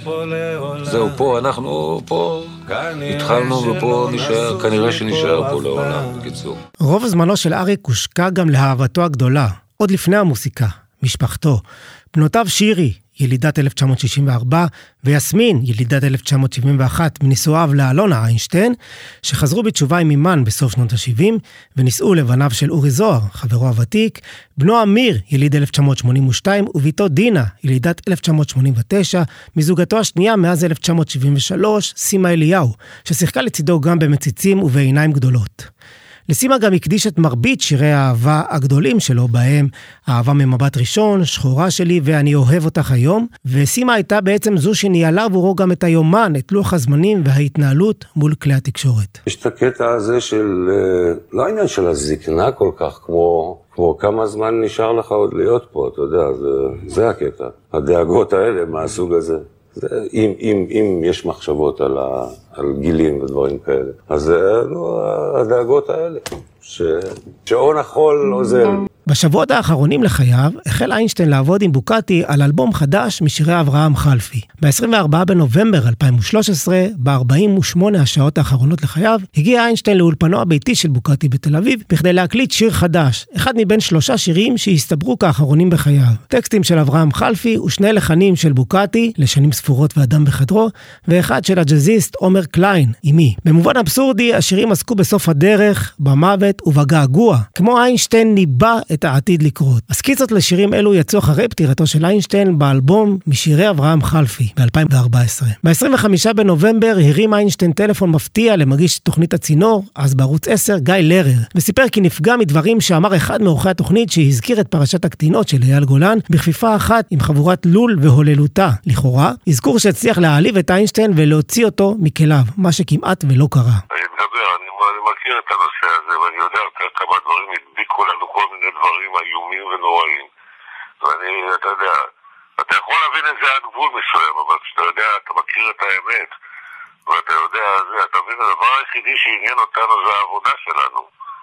זהו, פה, אנחנו פה התחלנו ופה נשאר, כנראה שנשאר פה לעולם, בקיצור. רוב זמנו של אריק הושקע גם לאהבתו הגדולה, עוד לפני המוסיקה, משפחתו. בנותיו שירי, ילידת אלף תשע מאות שישים וארבע, ויסמין, ילידת אלף תשע מאות שבעים ואחת, מנישואיו לאלונה איינשטיין, שחזרו בתשובה עם אימן בסוף שנות ה-שבעים, ונישאו לבניו של אורי זוהר, חברו הוותיק, בנו אמיר, יליד אלף תשע מאות שמונים ושתיים, וביתו דינה, ילידת אלף תשע מאות שמונים ותשע, מזוגתו השנייה מאז אלף תשע מאות שבעים ושלוש, סימה אליהו, ששיחקה לצידו גם במציצים ובעיניים גדולות. לסימה גם הקדיש את מרבית שירי האהבה הגדולים שלו, בהם אהבה ממבט ראשון, שחורה שלי ואני אוהב אותך היום, וסימה הייתה בעצם זו שניהלה עבורו גם את היומן, את לוח הזמנים וההתנהלות מול כלי התקשורת. יש את הקטע הזה של, לא העניין של הזקנה כל כך, כמו, כמו כמה זמן נשאר לך עוד להיות פה, אתה יודע, זה, זה הקטע. הדאגות האלה מהסוג הזה. אם, אם, אם יש מחשבות על, ה, על גילים ודברים כאלה, אז לא, הדאגות האלה, ש, שעון החול עוזר. בשבועות האחרונים לחייו, החל איינשטיין לעבוד עם בוקאטי על אלבום חדש משירי אברהם חלפי. ב-עשרים וארבעה בנובמבר אלפיים ושלוש עשרה, ב-ארבעים ושמונה השעות האחרונות לחייו, הגיע איינשטיין לאולפנו הביתי של בוקאטי בתל אביב, בכדי להקליט שיר חדש, אחד מבין שלושה שירים שהסתברו כאחרונים בחייו. טקסטים של אברהם חלפי ושני לחנים של בוקאטי, לשנים ספורות ואדם בחדרו, ואחד של הג'אזיסט עומר קליין, אימי. במובן אבסורדי, השירים עסקו בסוף הדרך, במוות ובגעגוע. כמו איינשטיין ניבא את העתיד לקרות. הסקיצות לשירים אלו יצאו אחרי פטירתו של איינשטיין באלבום משירי אברהם חלפי ב-אלפיים וארבע עשרה. ב-עשרים וחמישה בנובמבר הרים איינשטיין טלפון מפתיע למגיש תוכנית הצינור, אז בערוץ עשר, גיא לרר, וסיפר כי נפגע מדברים שאמר אחד מאורחי התוכנית שהזכיר את פרשת הקטינות של אייל גולן בכפיפה אחת עם חבורת לול והוללותה. לכאורה, הזכור שהצליח להעליב את איינשטיין ולהוציא אותו מכליו, מה שכמעט ולא קרה. אני מדבר, אני, אני מכיר את הנושא הזה, ואני יודע כמה דברים הדביקו לנו כל מיני דברים איומים ונוראים. ואני, אתה יודע, אתה יכול להבין את זה עד גבול מסוים, אבל כשאתה יודע, אתה מכיר את האמת, ואתה יודע, זה, אתה מבין, הדבר היחידי שעניין אותנו זה העבודה שלנו.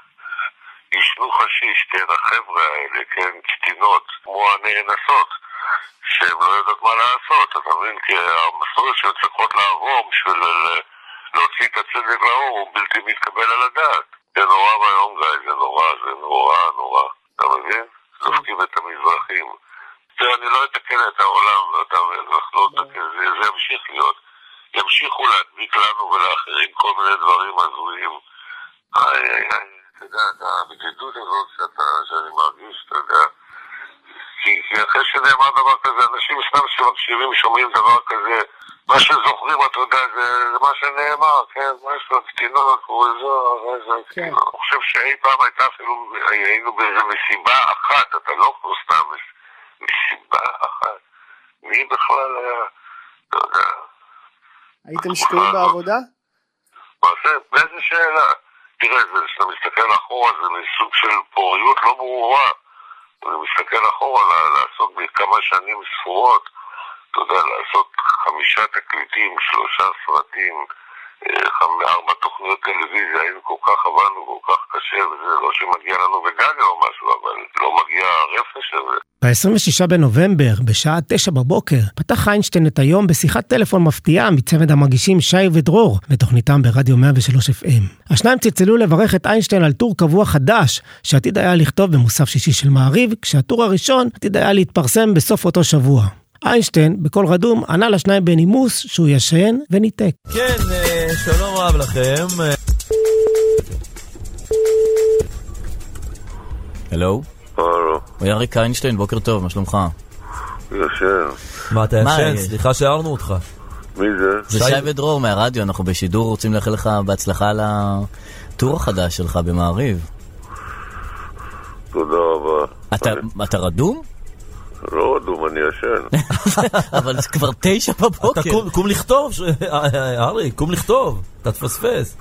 ישנו חשיש, כן, החבר'ה האלה, כן, קטינות, כמו הנאנסות, שהן לא יודעות מה לעשות, אתה מבין, כי המסלול שהן צריכות לעבור בשביל להוציא את הצדק לאור הוא בלתי מתקבל על הדעת. זה נורא ביום גיא, זה נורא, זה נורא, נורא. אתה מבין? זופקים את המזרחים. תראה, אני לא אתקן את העולם, אנחנו לא אתקן, זה ימשיך להיות. ימשיכו להדביק לנו ולאחרים כל מיני דברים הזויים. איי, איי, איי, אתה יודע, הבדידות הזאת שאתה, שאני מרגיש, אתה יודע, כי, כי אחרי שנאמר דבר כזה, אנשים סתם שמקשיבים, שומעים דבר כזה, מה שזוכרים, אתה יודע, זה, זה מה שנאמר, כן, משהו, הקטינות, קורזור, איזה קטינות. אני חושב שאי פעם הייתה אפילו, היינו באיזה מסיבה אחת, אתה לא כמו סתם, מסיבה אחת. מי בכלל היה, אתה יודע, הייתם שקועים בעבודה? מה זה? באיזה שאלה? תראה, כשאתה מסתכל אחורה, זה מסוג של פוריות לא ברורה. אני מסתכל אחורה, לעשות בכמה שנים ספורות, אתה יודע, לעשות חמישה תקליטים, שלושה סרטים, ארבע תוכניות טלוויזיה, היינו כל כך עבדנו, כל כך קשה, וזה לא שמגיע לנו בגגה או משהו, אבל לא מגיע הרפש הזה. ב-עשרים ושישה בנובמבר, בשעה תשע בבוקר, פתח איינשטיין את היום בשיחת טלפון מפתיעה מצוות המגישים שי ודרור, בתוכניתם ברדיו מאה ושלוש אף אם. השניים צלצלו לברך את איינשטיין על טור קבוע חדש, שעתיד היה לכתוב במוסף שישי של מעריב, כשהטור הראשון עתיד היה להתפרסם בסוף אותו שבוע. איינשטיין, בכל רדום, ענה לשניים בנימוס שהוא ישן וניתק. כן, שלום רב לכם. הלו? הלו. אריק איינשטיין, בוקר טוב, מה שלומך? ישן. מה, אתה ישן? סליחה שהערנו אותך. מי זה? זה שי ודרור מהרדיו, אנחנו בשידור רוצים לאחל לך בהצלחה על הטור החדש שלך במעריב. תודה רבה. אתה רדום? לא רדום, אני ישן. אבל זה כבר תשע בבוקר. אתה קום לכתוב, ארי, קום לכתוב, אתה תפספס.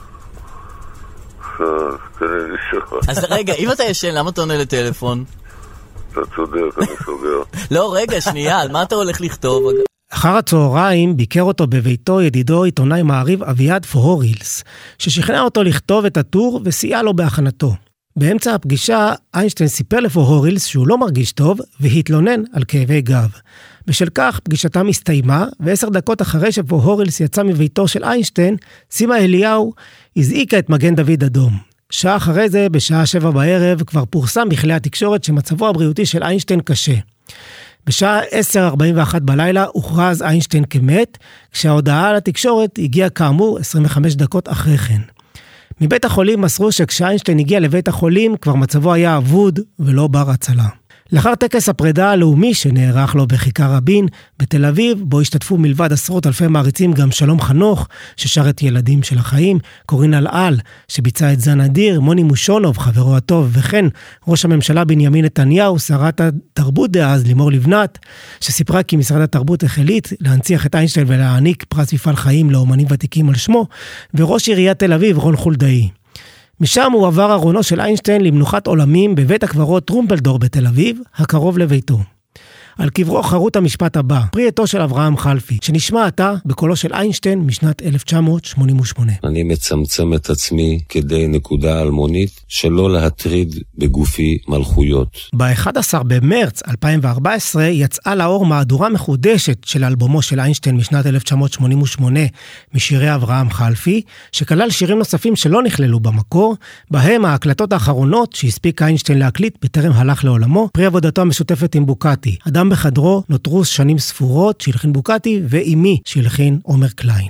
אז רגע, אם אתה ישן, למה אתה עונה לטלפון? אתה צודק, אני סוגר. לא, רגע, שנייה, על מה אתה הולך לכתוב? אחר הצהריים ביקר אותו בביתו ידידו עיתונאי מעריב אביעד פוהורילס, ששכנע אותו לכתוב את הטור וסייע לו בהכנתו. באמצע הפגישה, איינשטיין סיפר לפוהורילס שהוא לא מרגיש טוב, והתלונן על כאבי גב. בשל כך, פגישתם הסתיימה, ועשר דקות אחרי שפוהורילס יצא מביתו של איינשטיין, סימה אליהו הזעיקה את מגן דוד אדום. שעה אחרי זה, בשעה שבע בערב, כבר פורסם בכלי התקשורת שמצבו הבריאותי של איינשטיין קשה. בשעה עשר ארבעים ואחת בלילה הוכרז איינשטיין כמת, כשההודעה על התקשורת הגיעה כאמור עשרים וחמש דקות אחרי כן. מבית החולים מסרו שכשאיינשטיין הגיע לבית החולים כבר מצבו היה אבוד ולא בר הצלה. לאחר טקס הפרידה הלאומי שנערך לו בכיכר רבין בתל אביב, בו השתתפו מלבד עשרות אלפי מעריצים גם שלום חנוך, ששר את ילדים של החיים, קורין אלעל, שביצע את זן אדיר, מוני מושונוב, חברו הטוב, וכן ראש הממשלה בנימין נתניהו, שרת התרבות דאז לימור לבנת, שסיפרה כי משרד התרבות החליט להנציח את איינשטיין ולהעניק פרס מפעל חיים לאומנים ותיקים על שמו, וראש עיריית תל אביב רון חולדאי. משם הוא עבר ארונו של איינשטיין למנוחת עולמים בבית הקברות טרומפלדור בתל אביב, הקרוב לביתו. על קברו חרוט המשפט הבא, פרי עטו של אברהם חלפי, שנשמע עתה בקולו של איינשטיין משנת אלף תשע מאות שמונים ושמונה. אני מצמצם את עצמי כדי נקודה אלמונית שלא להטריד בגופי מלכויות. ב-אחד עשר במרץ אלפיים וארבע עשרה יצאה לאור מהדורה מחודשת של אלבומו של איינשטיין משנת אלף תשע מאות שמונים ושמונה משירי אברהם חלפי, שכלל שירים נוספים שלא נכללו במקור, בהם ההקלטות האחרונות שהספיק איינשטיין להקליט בטרם הלך לעולמו, פרי עבודתו המשותפת עם בוקטי. אדם בחדרו נותרו שנים ספורות שהלחין בוקטי ואימי שהלחין עומר קליין.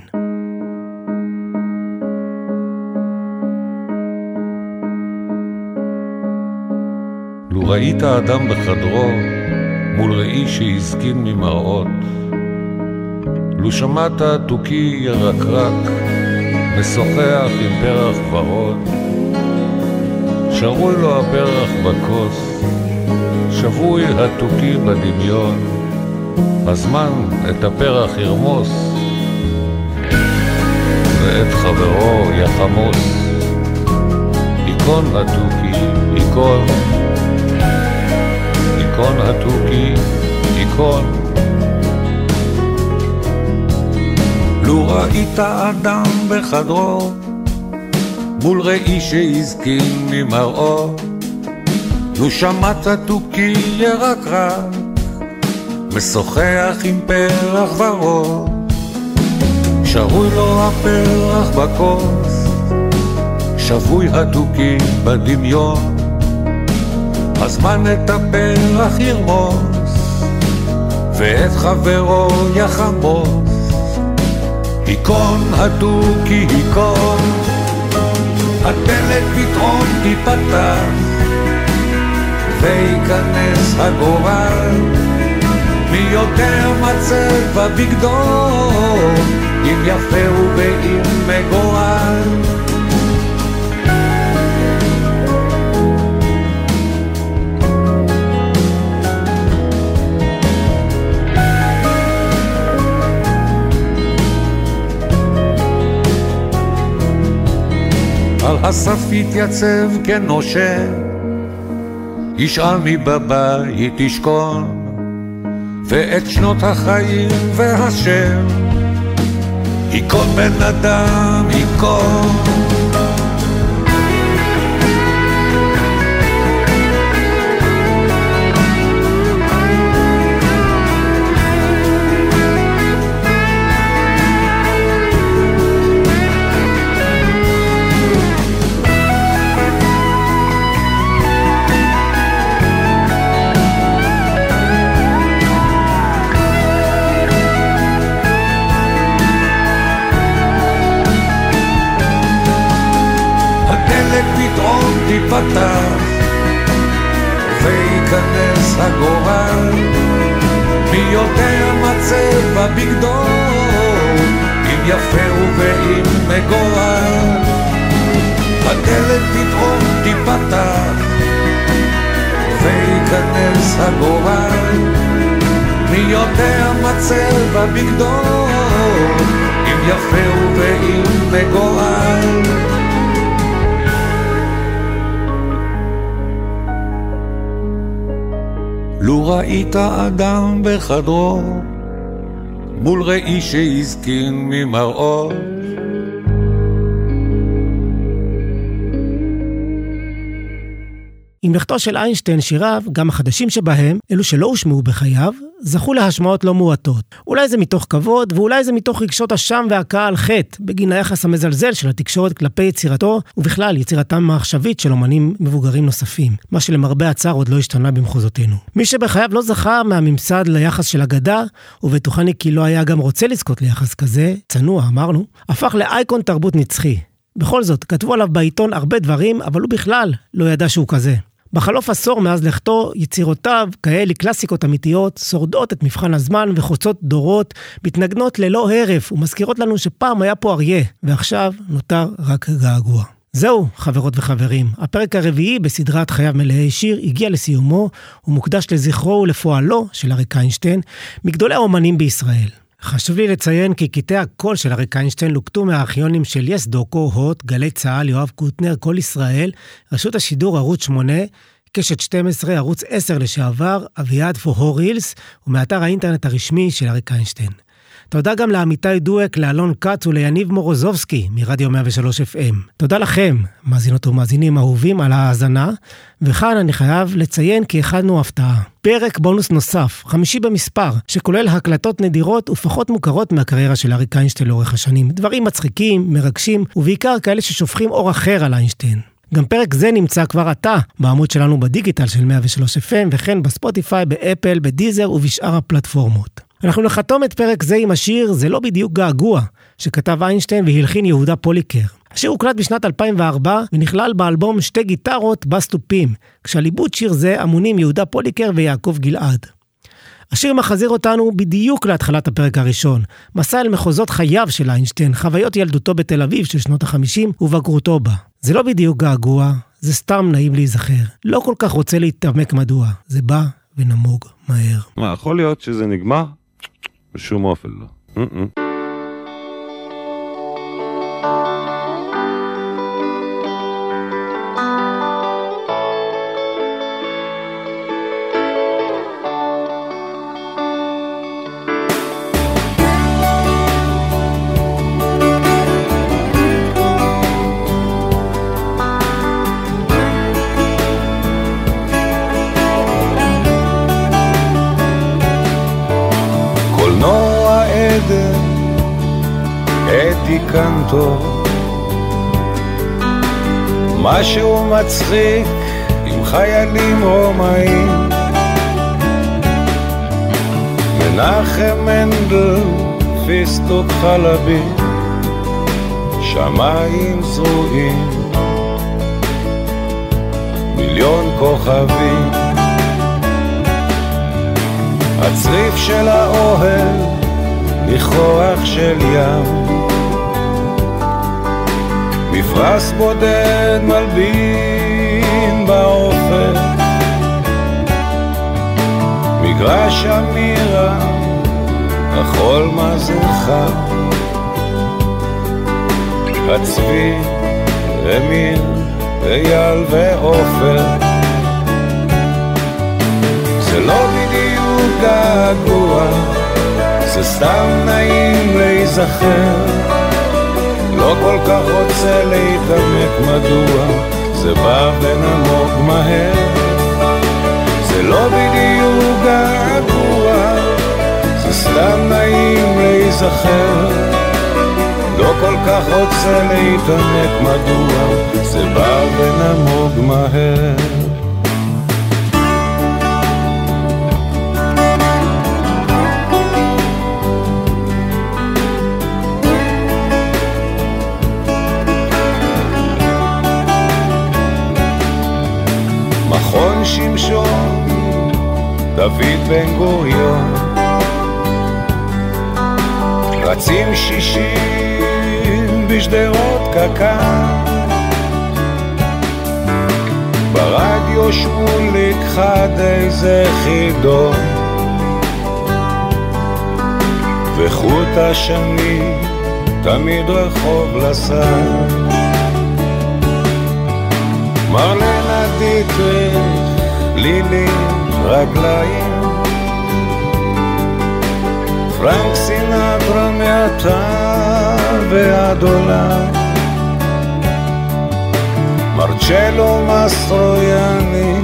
לו ראית אדם בחדרו מול ראי שהזקין ממראות, לו שמעת תוקי ירקרק משוחח עם פרח ורוד, שרוי לו הפרח בכוס, שבוי התוקי בדמיון, הזמן את הפרח ירמוס ואת חברו יחמוס. איקון התוקי, איקון, איקון התוקי, איקון. לו ראית אדם בחדרו מול ראי שהזקין ממראו, לו שמעת תוקי ירקרק משוחח עם פרח ורוד, שרוי לו הפרח בכוס, שבוי התוקי בדמיון, הזמן את הפרח ירמוס ואת חברו יחמוס, היכון הדוקי היכון, הדלת פתאום תיפתח וייכנס הגורל, מי יותר מצב בבגדור, אם יפה ואם מגורל. על הסף יתייצב כנושר, ישאל מי בבית ישכון, ואת שנות החיים והשם יקון בן אדם יקון. פתאום תיפתח וייכנס הגורל, מי יותר מצב בבגדור, אם יפה ואם מגורל. הדלת פתאום תיפתח וייכנס הגורל, מי יותר מצב בבגדור, אם יפה ואם מגורל. לו ראית אדם בחדרו, מול ראי שהזקין ממראות, עם לכתו של איינשטיין שיריו, גם החדשים שבהם, אלו שלא הושמעו בחייו, זכו להשמעות לא מועטות. אולי זה מתוך כבוד, ואולי זה מתוך רגשות אשם והכאה על חטא, בגין היחס המזלזל של התקשורת כלפי יצירתו, ובכלל יצירתם העכשווית של אומנים מבוגרים נוספים, מה שלמרבה הצער עוד לא השתנה במחוזותינו. מי שבחייו לא זכה מהממסד ליחס של אגדה, ובטוחני כי לא היה גם רוצה לזכות ליחס כזה, צנוע אמרנו, הפך לאייקון תרבות נצחי. בכל זאת, כתבו עליו בעיתון הרבה דברים, אבל הוא בכלל לא ידע שהוא כזה. בחלוף עשור מאז לכתו, יצירותיו, כאלה קלאסיקות אמיתיות, שורדות את מבחן הזמן וחוצות דורות, מתנגנות ללא הרף ומזכירות לנו שפעם היה פה אריה, ועכשיו נותר רק געגוע. זהו, חברות וחברים, הפרק הרביעי בסדרת חייו מלאי שיר הגיע לסיומו, ומוקדש לזכרו ולפועלו של אריק איינשטיין, מגדולי האומנים בישראל. חשוב לי לציין כי קטעי הקול של אריק איינשטיין לוקטו מהארכיונים של יס דוקו, הוט, גלי צהל, יואב קוטנר, כל ישראל, רשות השידור ערוץ שמונה, קשת שתים עשרה, ערוץ עשר לשעבר, אביעד פור הילס, ומאתר האינטרנט הרשמי של אריק איינשטיין. תודה גם לעמיתי דואק, לאלון קץ וליניב מורוזובסקי מרדיו מאה ושלוש אף אם. תודה לכם, מאזינות ומאזינים אהובים על ההאזנה, וכאן אני חייב לציין כי הכנו הפתעה. פרק בונוס נוסף, חמישי במספר, שכולל הקלטות נדירות ופחות מוכרות מהקריירה של אריק איינשטיין לאורך השנים. דברים מצחיקים, מרגשים, ובעיקר כאלה ששופכים אור אחר על איינשטיין. גם פרק זה נמצא כבר עתה בעמוד שלנו בדיגיטל של מאה ושלוש אף אם, וכן בספוטיפיי, באפל, בדיזר ובשאר הפלטפורמות. אנחנו נחתום את פרק זה עם השיר "זה לא בדיוק געגוע", שכתב איינשטיין והלחין יהודה פוליקר. השיר הוקלט בשנת אלפיים וארבע ונכלל באלבום שתי גיטרות בסטופים, כשעל עיבוד שיר זה אמונים יהודה פוליקר ויעקב גלעד. השיר מחזיר אותנו בדיוק להתחלת הפרק הראשון, מסע אל מחוזות חייו של איינשטיין, חוויות ילדותו בתל אביב של שנות החמישים ובגרותו בה. זה לא בדיוק געגוע, זה סתם נעים להיזכר. לא כל כך רוצה להתעמק מדוע, זה בא ונמוג מהר. מה, יכול להיות שזה נגמר? בשום אופן לא. אתי קנטו, משהו מצחיק עם חיילים רומאים, מנחם מנדל, פיסטוק חלבי, שמיים זרועים, מיליון כוכבים, הצריף של האוהל, ניחוח של ים, מפרס בודד מלבין באופק, מגרש אמירה, החול מזרחה, הצבי, אמיר, אייל ואופר, זה לא בדיוק געגוע, זה סתם נעים להיזכר, לא כל כך רוצה להתעמק מדוע, זה בא ונמוג מהר, זה לא בדיוק געגוע, זה סתם נעים להיזכר, לא כל כך רוצה להתעמק מדוע, זה בא ונמוג מהר. מכון שמשון, דוד בן גוריון, רצים שישים בשדרות קק"ל, ברדיו שמוליק חד איזה חידון, וחוט השני תמיד רחוב לסל, מרלנה דיטריך, לילי רגליים, פרנק סינטרה מעתה ועד עולם, מרצ'לו מסטרויאני,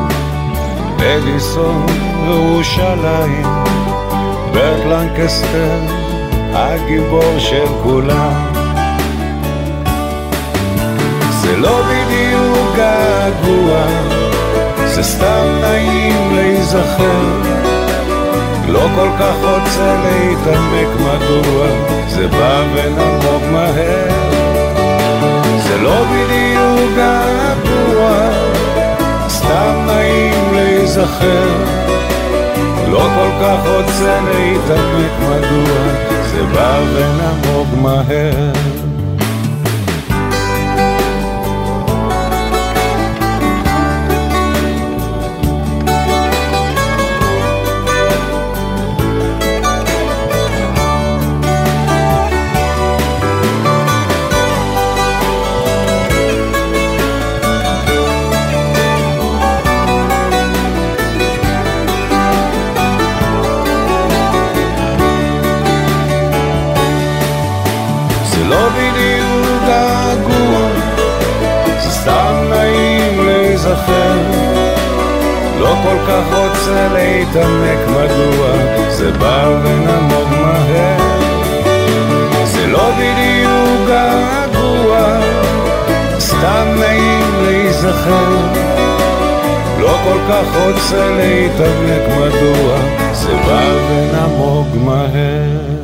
אדיסון ירושלים, ברט לנקסטר, הגיבור של כולם, זה לא בדיוק געגוע, זה סתם נעים להיזכר, לא כל כך רוצה להתעמק מדוע, זה בא ונמוג מהר, זה לא בדיוק געגוע, סתם נעים להיזכר, לא כל כך רוצה להתעמק מדוע, זה בא ונמוג מהר. לא בדיוק געגוע, זה סתם נעים להיזכר, לא כל כך רוצה להתעמק מדוע, זה בא ונמוג מהר, זה לא בדיוק געגוע, סתם נעים להיזכר, לא כל כך רוצה להתעמק מדוע, זה בא ונמוג מהר.